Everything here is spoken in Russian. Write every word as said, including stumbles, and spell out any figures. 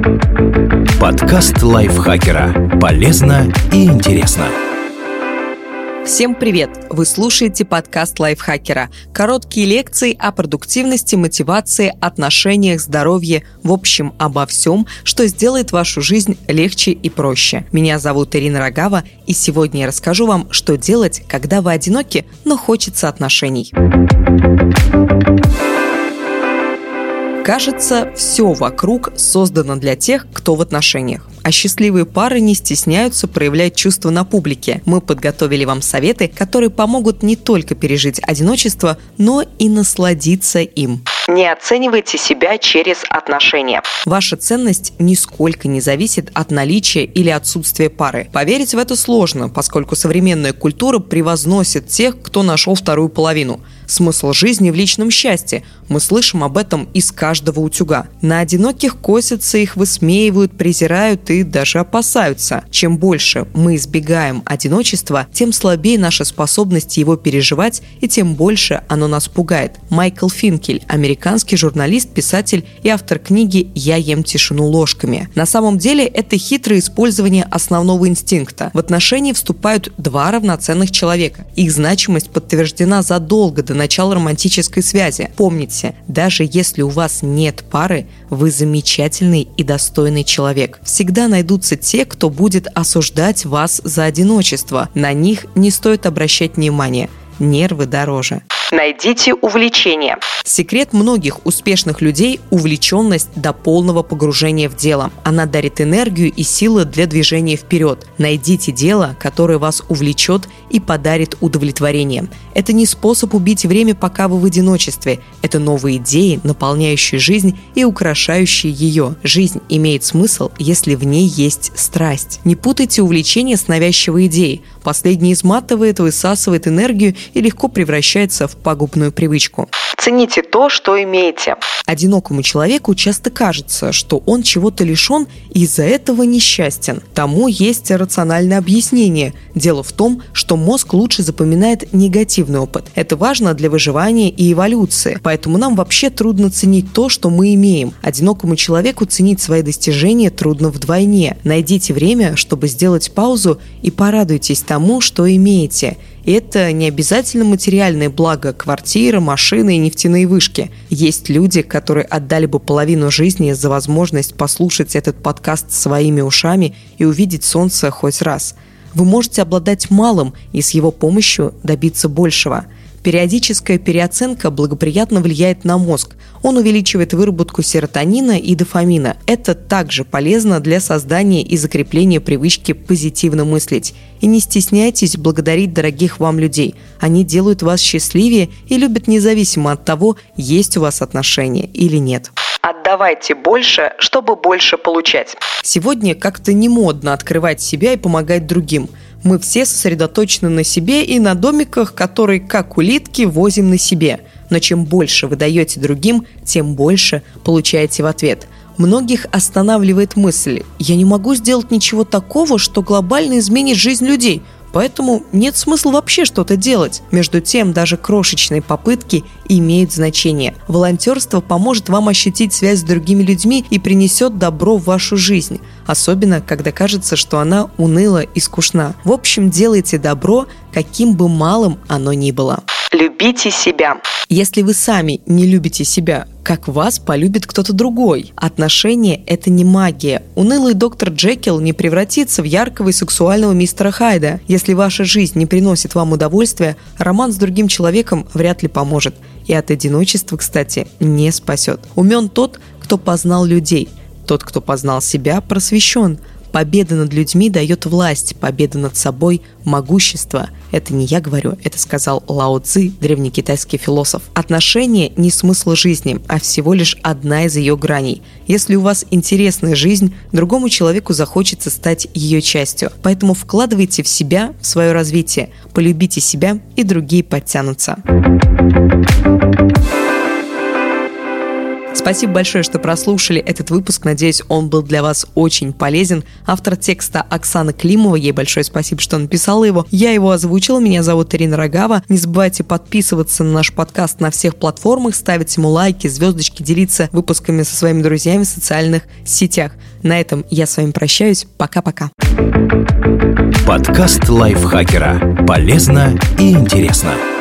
Подкаст лайфхакера. Полезно и интересно. Всем привет! Вы слушаете подкаст лайфхакера. Короткие лекции о продуктивности, мотивации, отношениях, здоровье, в общем, обо всем, что сделает вашу жизнь легче и проще. Меня зовут Ирина Рогава, и сегодня я расскажу вам, что делать, когда вы одиноки, но хочется отношений. Кажется, все вокруг создано для тех, кто в отношениях. А счастливые пары не стесняются проявлять чувства на публике. Мы подготовили вам советы, которые помогут не только пережить одиночество, но и насладиться им. Не оценивайте себя через отношения. Ваша ценность нисколько не зависит от наличия или отсутствия пары. Поверить в это сложно, поскольку современная культура превозносит тех, кто нашел вторую половину. Смысл жизни в личном счастье. Мы слышим об этом из каждого утюга. На одиноких косятся, их высмеивают, презирают и даже опасаются. Чем больше мы избегаем одиночества, тем слабее наша способность его переживать, и тем больше оно нас пугает. Майкл Финкель, американский журналист, писатель и автор книги «Я ем тишину ложками». На самом деле это хитрое использование основного инстинкта. В отношения вступают два равноценных человека. Их значимость подтверждена задолго до начала романтической связи. Помните, даже если у вас нет пары, вы замечательный и достойный человек. Всегда найдутся те, кто будет осуждать вас за одиночество. На них не стоит обращать внимания. Нервы дороже. Найдите увлечение. Секрет многих успешных людей – увлеченность до полного погружения в дело. Она дарит энергию и силы для движения вперед. Найдите дело, которое вас увлечет и подарит удовлетворение. Это не способ убить время, пока вы в одиночестве. Это новые идеи, наполняющие жизнь и украшающие ее. Жизнь имеет смысл, если в ней есть страсть. Не путайте увлечение с навязчивой идеей. Последнее изматывает, высасывает энергию и легко превращается в пагубную привычку. Цените то, что имеете. Одинокому человеку часто кажется, что он чего-то лишен и из-за этого несчастен. Тому есть рациональное объяснение. Дело в том, что мозг лучше запоминает негативный опыт. Это важно для выживания и эволюции. Поэтому нам вообще трудно ценить то, что мы имеем. Одинокому человеку ценить свои достижения трудно вдвойне. Найдите время, чтобы сделать паузу, и порадуйтесь тому, что имеете. И это не обязательно материальное благо, квартира, машины и нефтяные вышки. Есть люди, которые отдали бы половину жизни за возможность послушать этот подкаст своими ушами и увидеть солнце хоть раз. Вы можете обладать малым и с его помощью добиться большего. Периодическая переоценка благоприятно влияет на мозг. Он увеличивает выработку серотонина и дофамина. Это также полезно для создания и закрепления привычки позитивно мыслить. И не стесняйтесь благодарить дорогих вам людей. Они делают вас счастливее и любят независимо от того, есть у вас отношения или нет. Отдавайте больше, чтобы больше получать. Сегодня как-то не модно открывать себя и помогать другим. Мы все сосредоточены на себе и на домиках, которые, как улитки, возим на себе. Но чем больше вы даете другим, тем больше получаете в ответ. Многих останавливает мысль: «Я не могу сделать ничего такого, что глобально изменит жизнь людей, поэтому нет смысла вообще что-то делать». Между тем, даже крошечные попытки имеют значение. Волонтерство поможет вам ощутить связь с другими людьми и принесет добро в вашу жизнь. Особенно, когда кажется, что она уныла и скучна. В общем, делайте добро, каким бы малым оно ни было. Любите себя. Если вы сами не любите себя, как вас полюбит кто-то другой? Отношения – это не магия. Унылый доктор Джекил не превратится в яркого и сексуального мистера Хайда. Если ваша жизнь не приносит вам удовольствия, роман с другим человеком вряд ли поможет. И от одиночества, кстати, не спасет. Умен тот, кто познал людей. Тот, кто познал себя, просвещен. Победа над людьми дает власть, победа над собой – могущество. Это не я говорю, это сказал Лао Цзи, древнекитайский философ. Отношения не смысл жизни, а всего лишь одна из ее граней. Если у вас интересная жизнь, другому человеку захочется стать ее частью. Поэтому вкладывайте в себя, в свое развитие, полюбите себя, и другие подтянутся. Спасибо большое, что прослушали этот выпуск. Надеюсь, он был для вас очень полезен. Автор текста Оксана Климова. Ей большое спасибо, что написала его. Я его озвучила. Меня зовут Ирина Рогава. Не забывайте подписываться на наш подкаст на всех платформах, ставить ему лайки, звездочки, делиться выпусками со своими друзьями в социальных сетях. На этом я с вами прощаюсь. Пока-пока. Подкаст лайфхакера. Полезно и интересно.